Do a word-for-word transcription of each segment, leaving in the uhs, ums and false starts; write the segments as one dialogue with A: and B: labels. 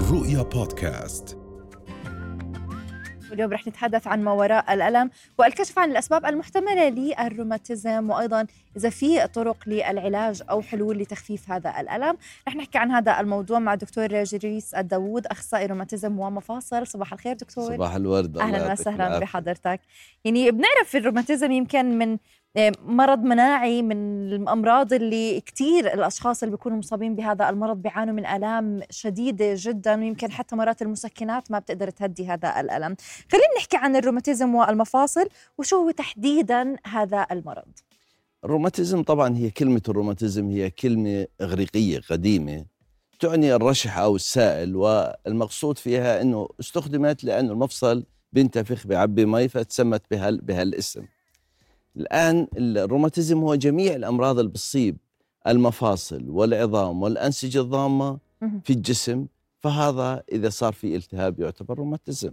A: رؤيا بودكاست.
B: واليوم رح نتحدث عن ما وراء الألم والكشف عن الأسباب المحتملة للروماتيزم، وأيضا إذا في طرق للعلاج أو حلول لتخفيف هذا الألم. رح نحكي عن هذا الموضوع مع دكتور جريس الداوود، أخصائي روماتيزم ومفاصل. صباح الخير دكتور.
C: صباح الورد.
B: أهلا وسهلا بحضرتك. يعني بنعرف الروماتيزم يمكن من مرض مناعي، من الأمراض اللي كتير الأشخاص اللي بيكونوا مصابين بهذا المرض بيعانوا من آلام شديدة جدا، ويمكن حتى مرات المسكنات ما بتقدر تهدي هذا الألم. خلينا نحكي عن الروماتيزم والمفاصل، وشو هو تحديدا هذا المرض؟
C: الروماتيزم طبعا هي كلمة الروماتيزم هي كلمة إغريقية قديمة تعني الرشح أو السائل، والمقصود فيها أنه استخدمت لأنه المفصل بينتفخ بعبي مي فتسمت بهال بهالاسم. الآن الروماتيزم هو جميع الأمراض اللي بتصيب المفاصل والعظام والأنسجة الضامة في الجسم، فهذا إذا صار في التهاب يعتبر روماتيزم.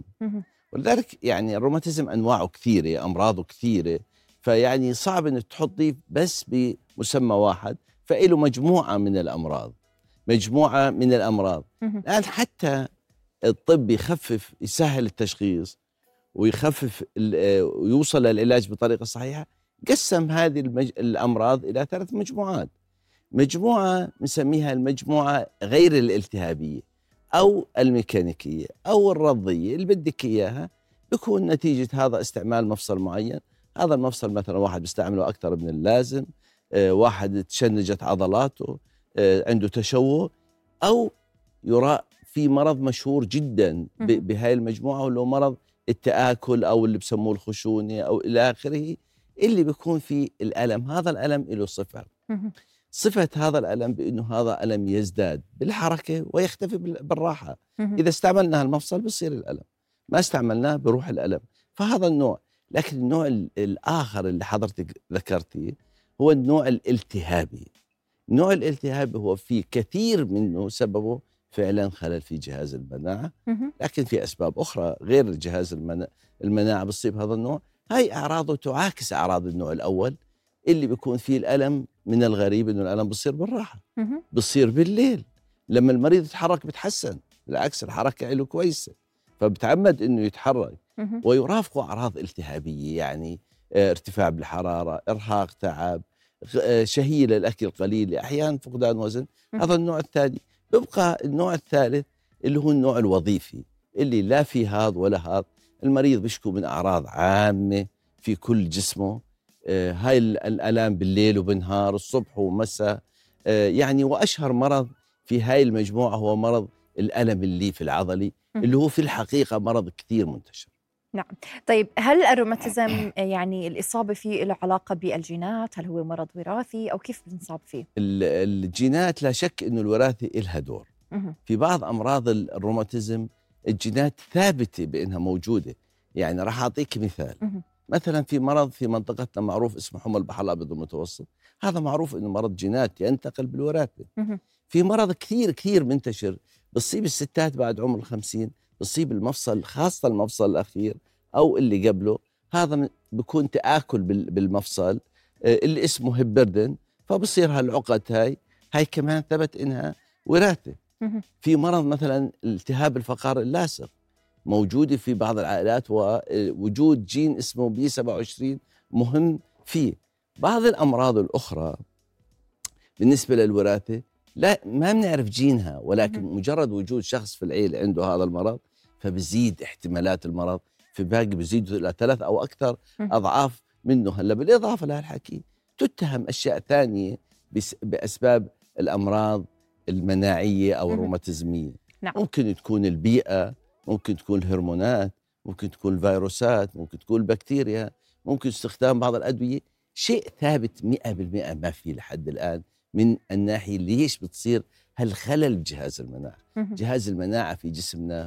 C: ولذلك يعني الروماتيزم أنواعه كثيرة، أمراضه كثيرة، فيعني صعب أن تحطيه بس بمسمى واحد، فإله مجموعة من الأمراض مجموعة من الأمراض الآن حتى الطب يخفف يسهل التشخيص ويخفف ويوصل للعلاج بطريقة صحيحة. قسم هذه المج... الأمراض إلى ثلاث مجموعات. مجموعة نسميها المجموعة غير الالتهابية أو الميكانيكية أو الرضية اللي بدك إياها، بيكون نتيجة هذا استعمال مفصل معين. هذا المفصل مثلا واحد بيستعمله أكثر من اللازم، آه واحد تشنجت عضلاته، آه عنده تشوه، أو يرى في مرض مشهور جدا ب... بهاي المجموعة واللي هو مرض التآكل أو اللي بسموه الخشونة أو إلى آخره، اللي بيكون فيه الألم. هذا الألم له صفة صفة هذا الألم بأنه هذا ألم يزداد بالحركة ويختفي بالراحة. إذا استعملنا المفصل بصير الألم، ما استعملناه بروح الألم. فهذا النوع. لكن النوع الآخر اللي حضرتك ذكرتيه هو النوع الالتهابي. النوع الالتهابي هو فيه كثير منه سببه فعلا خلل في جهاز المناعة، لكن في أسباب أخرى غير جهاز المناعة بتصيب هذا النوع. هاي أعراضه تعاكس أعراض النوع الأول اللي بيكون فيه الألم. من الغريب إنه الألم بصير بالراحة، بصير بالليل، لما المريض يتحرك بتحسن، بالعكس الحركة له كويسة فبتعمد إنه يتحرك. ويرافقه أعراض التهابية، يعني ارتفاع بالحرارة، إرهاق، تعب، شهية للأكل قليل، أحيانا فقدان وزن. هذا النوع الثاني. بيبقى النوع الثالث اللي هو النوع الوظيفي اللي لا في هذا ولا هذا. المريض بيشكو من أعراض عامة في كل جسمه، آه هاي الآلام بالليل وبالنهار، الصبح ومساء، آه يعني. وأشهر مرض في هاي المجموعة هو مرض الألم الليفي العضلي اللي هو في الحقيقة مرض كثير منتشر.
B: نعم. طيب هل الروماتيزم يعني الإصابة فيه له علاقة بالجينات؟ هل هو مرض وراثي أو كيف بنصاب فيه؟
C: الجينات لا شك إنه الوراثة إلها دور. في بعض أمراض الروماتيزم الجينات ثابتة بأنها موجودة. يعني راح أعطيك مثال. مثلا في مرض في منطقتنا معروف اسمه حمى البحر الأبيض المتوسط. هذا معروف إنه مرض جينات ينتقل بالوراثة. في مرض كثير كثير منتشر بصيب الستات بعد عمر الخمسين، بصيب المفصل، خاصة المفصل الأخير أو اللي قبله. هذا بيكون تآكل بالمفصل اللي اسمه هيبردن، فبصير هالعقد هاي هاي كمان ثبت إنها وراثة. في مرض مثلا التهاب الفقار اللاصق موجودة في بعض العائلات، ووجود جين اسمه بي سبعة وعشرين مهم فيه. بعض الأمراض الأخرى بالنسبة للوراثة لا ما بنعرف جينها، ولكن مجرد وجود شخص في العيلة عنده هذا المرض فبزيد احتمالات المرض، في باقي بزيد إلى ثلاث أو أكثر أضعاف منه. هلا بالإضافة لهالحكي تتهم أشياء ثانية بأسباب الأمراض المناعية أو الروماتيزمية.
B: نعم.
C: ممكن تكون البيئة، ممكن تكون الهرمونات، ممكن تكون الفيروسات، ممكن تكون البكتيريا، ممكن استخدام بعض الأدوية. شيء ثابت مئة بالمئة ما في لحد الآن من الناحية ليش بتصير هالخلل بجهاز المناعة. جهاز المناعة في جسمنا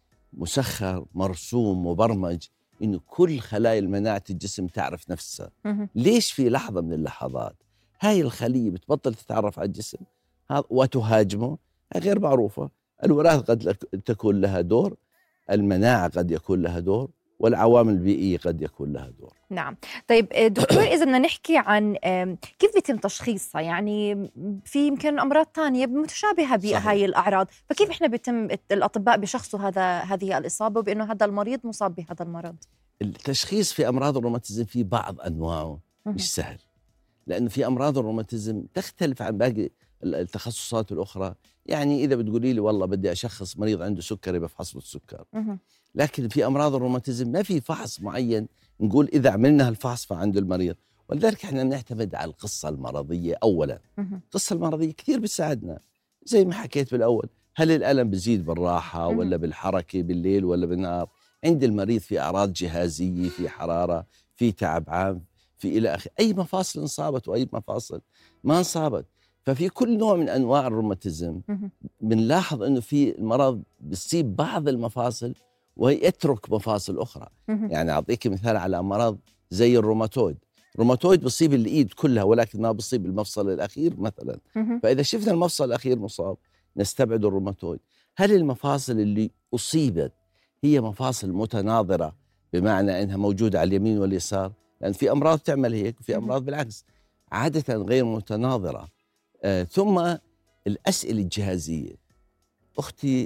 C: مسخر، مرسوم، مبرمج إنه كل خلايا المناعة الجسم تعرف نفسها. ليش في لحظة من اللحظات هاي الخلية بتبطل تتعرف على الجسم وتهاجمه؟ غير معروفة. الوراثة قد تكون لها دور، المناعة قد يكون لها دور، والعوامل البيئية قد يكون لها دور.
B: نعم. طيب دكتور، إذا بدنا نحكي عن كيف بيتم تشخيصها، يعني في يمكن أمراض تانية متشابهة بهاي الأعراض، فكيف إحنا بيتم الأطباء بشخصوا هذا هذه الإصابة وبأنه هذا المريض مصاب بهذا المرض؟
C: التشخيص في أمراض الروماتيزم في بعض أنواعه مش سهل، لأنه في أمراض الروماتيزم تختلف عن باقي التخصصات الأخرى. يعني إذا بتقولي لي والله بدي أشخص مريض عنده سكري بفحص له السكر، لكن في أمراض الروماتيزم ما في فحص معين نقول إذا عملنا هالفحص فعنده المريض. ولذلك إحنا بنعتمد على القصة المرضية أولا. القصة المرضية كثير بتساعدنا، زي ما حكيت بالأول، هل الألم بزيد بالراحة ولا بالحركة بالليل ولا بالنهار؟ عند المريض في أعراض جهازية، في حرارة، في تعب عام، في إلى آخره. أي مفاصل انصابت وأي مفاصل ما انصابت. ففي كل نوع من أنواع الروماتيزم بنلاحظ أنه في المرض بيصيب بعض المفاصل ويترك مفاصل أخرى. يعني أعطيك مثال على مرض زي الروماتويد. الروماتويد بيصيب الإيد كلها ولكن ما بيصيب المفصل الأخير مثلا. فإذا شفنا المفصل الأخير مصاب نستبعد الروماتويد. هل المفاصل اللي أصيبت هي مفاصل متناظرة بمعنى أنها موجودة على اليمين واليسار؟ لأن في أمراض تعمل هيك وفي أمراض بالعكس عادة غير متناظرة. آه ثم الأسئلة الجهازية أختي،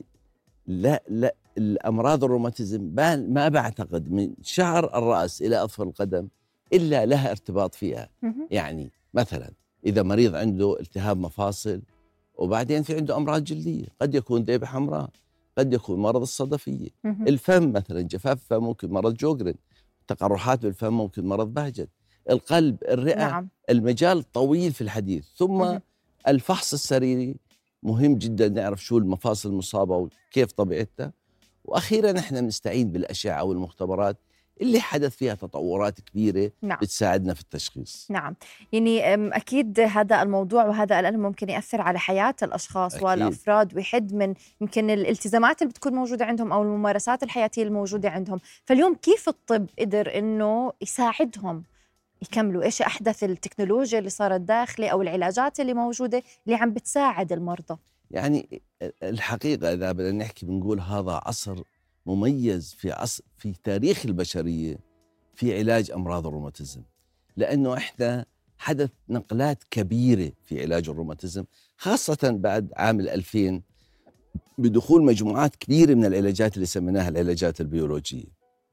C: لا لا الأمراض الروماتيزم ما بعتقد من شعر الرأس إلى أظفر القدم إلا لها ارتباط فيها. يعني مثلا إذا مريض عنده التهاب مفاصل وبعدين في عنده أمراض جلدية، قد يكون ذيبة حمراء، قد يكون مرض الصدفية. الفم مثلا جفاف الفم ممكن مرض جوجرن، تقرحات بالفم ممكن مرض بهجت. القلب، الرئة، نعم. المجال طويل في الحديث. ثم مه. الفحص السريري مهم جدا نعرف شو المفاصل المصابة وكيف طبيعتها. وأخيرا نحن نستعين بالأشعة والمختبرات اللي حدث فيها تطورات كبيرة، نعم. بتساعدنا في التشخيص.
B: نعم. يعني أكيد هذا الموضوع وهذا الألم ممكن يأثر على حياة الأشخاص أكيد. والأفراد، ويحد من يمكن الالتزامات اللي بتكون موجودة عندهم أو الممارسات الحياتية الموجودة عندهم. فاليوم كيف الطب قدر إنه يساعدهم يكملوا؟ إيش أحدث التكنولوجيا اللي صارت داخلة أو العلاجات اللي موجودة اللي عم بتساعد المرضى؟
C: يعني الحقيقة إذا بدنا نحكي بنقول هذا عصر مميز في عصر في تاريخ البشرية في علاج أمراض الروماتيزم، لأنه إحنا حدث نقلات كبيرة في علاج الروماتيزم، خاصة بعد عام الألفين بدخول مجموعات كبيرة من العلاجات اللي سميناها العلاجات البيولوجية.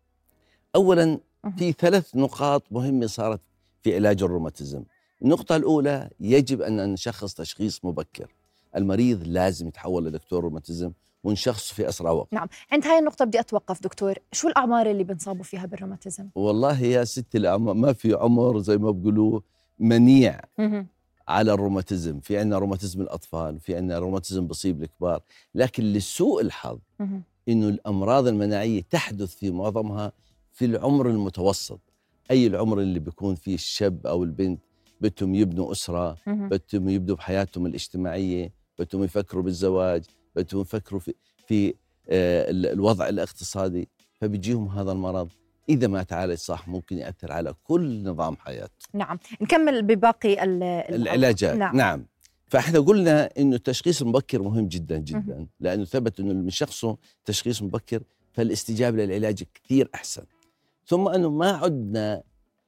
C: أولاً في ثلاث نقاط مهمة صارت في علاج الروماتيزم. النقطة الأولى، يجب أن نشخص تشخيص مبكر. المريض لازم يتحول لدكتور روماتيزم ونشخصه في أسرع وقت.
B: نعم. عند هاي النقطة بدي أتوقف دكتور، شو الأعمار اللي بنصابوا فيها بالروماتيزم؟
C: والله يا ستي الأعمار ما في عمر زي ما بيقولوا منيع على الروماتيزم. في عندنا روماتيزم الأطفال، في عندنا روماتيزم بصيب الكبار، لكن لسوء الحظ إنه الأمراض المناعية تحدث في معظمها في العمر المتوسط، أي العمر اللي بيكون فيه الشاب أو البنت بدهم يبنوا أسرة، بدهم يبدوا بحياتهم الاجتماعية، بدهم يفكروا بالزواج، بدهم يفكروا في, في آه الوضع الاقتصادي، فبيجيهم هذا المرض. إذا ما تعالج صح ممكن يأثر على كل نظام حياته.
B: نعم. نكمل بباقي
C: العلاجات. نعم. نعم. فإحنا قلنا إنه التشخيص المبكر مهم جدا جدا مه. لأنه ثبت إنه من شخصه تشخيص مبكر فالاستجابة للعلاج كثير أحسن. ثم أنه ما عدنا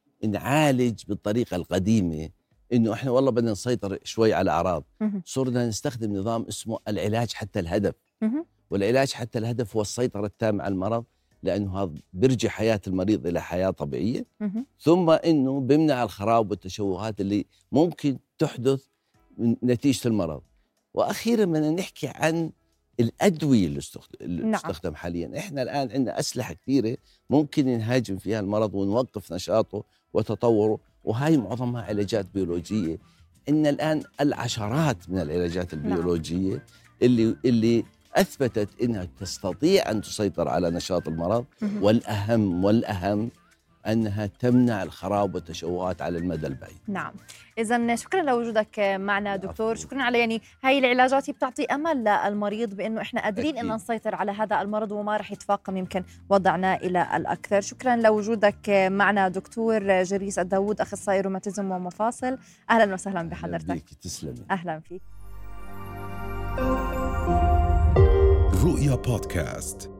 C: نعالج بالطريقة القديمة، إنه إحنا والله بدنا نسيطر شوي على أعراض، صرنا نستخدم نظام اسمه العلاج حتى الهدف. والعلاج حتى الهدف هو السيطرة التامة على المرض، لأنه هذا بيرجع حياة المريض إلى حياة طبيعية، ثم إنه بيمنع الخراب والتشوهات اللي ممكن تحدث من نتيجة المرض. وأخيرا بدنا نحكي عن الأدوية اللي تستخدم نعم. حاليا إحنا الآن عندنا أسلحة كثيرة ممكن نهاجم فيها المرض ونوقف نشاطه وتطوره، وهاي معظمها علاجات بيولوجية. إن الآن العشرات من العلاجات البيولوجية نعم. اللي اللي أثبتت إنها تستطيع أن تسيطر على نشاط المرض، والأهم والأهم أنها تمنع الخراب والتشوهات على المدى البعيد.
B: نعم. إذن شكرا لوجودك معنا دكتور. شكرا على يعني هاي العلاجات بتعطي أمل للمريض بأنه إحنا قادرين أن نسيطر على هذا المرض وما رح يتفاقم يمكن وضعنا إلى الأكثر. شكرا لوجودك معنا دكتور جريس الداود، أخصائي روماتيزم ومفاصل. أهلا وسهلا بحضرتك.
C: أهلا تسلمي.
B: أهلا فيك.
A: رؤيا بودكاست.